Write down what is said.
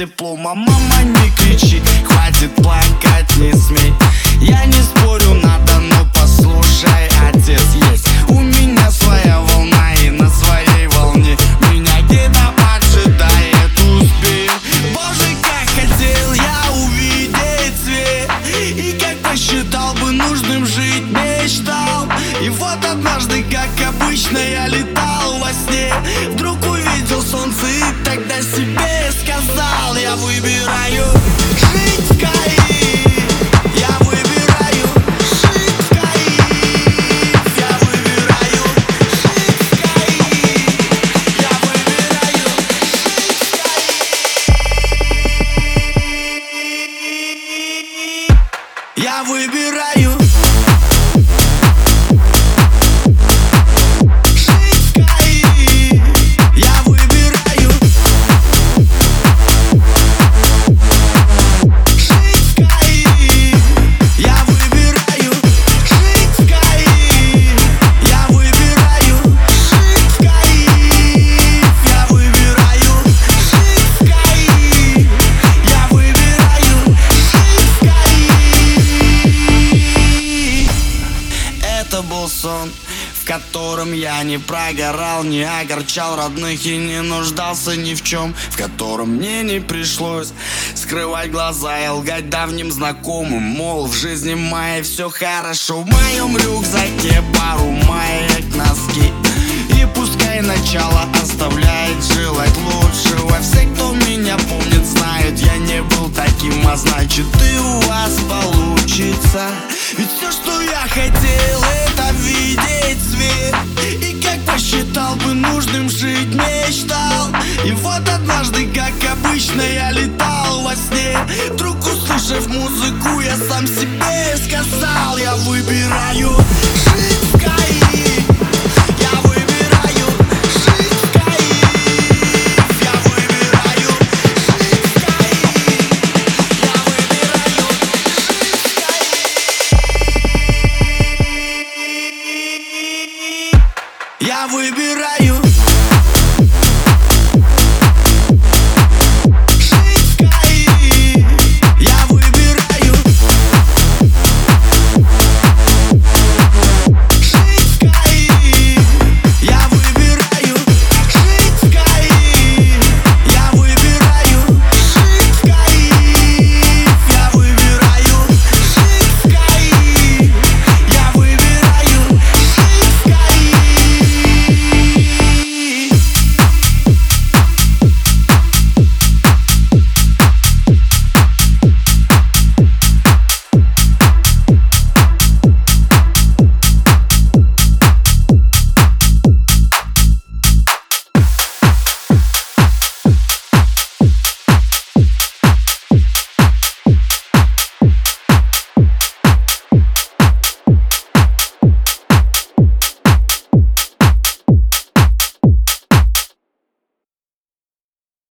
диплома. Мама, не кричи, хватит плакать, не смей. Я не спорю, надо, но послушай, отец есть. У меня своя волна, и на своей волне меня где-то поджидает успех. Боже, как хотел я увидеть свет, и как посчитал бы нужным жить, мечтал. И вот однажды, как обычно, я летал во сне, вдруг увидел солнце и тогда себе сказал: я выбираю жить в кайф. Я выбираю жить в кайф. Я выбираю жить в кайф. Я выбираю жить в кайф. Я выбираю сон, в котором я не прогорал, не огорчал родных и не нуждался ни в чем, в котором мне не пришлось скрывать глаза и лгать давним знакомым, мол, в жизни моей все хорошо. В моем рюкзаке пару маек, носки, и пускай начало оставляет желать лучшего. Все, кто меня помнит, знают, я не был таким, а значит и у вас получится. Ведь все, что я хотел, это видеть свет, и как посчитал бы нужным жить, мечтал. И вот однажды, как обычно, я летал во сне, вдруг услышав музыку, я сам себе сказал: я выбираю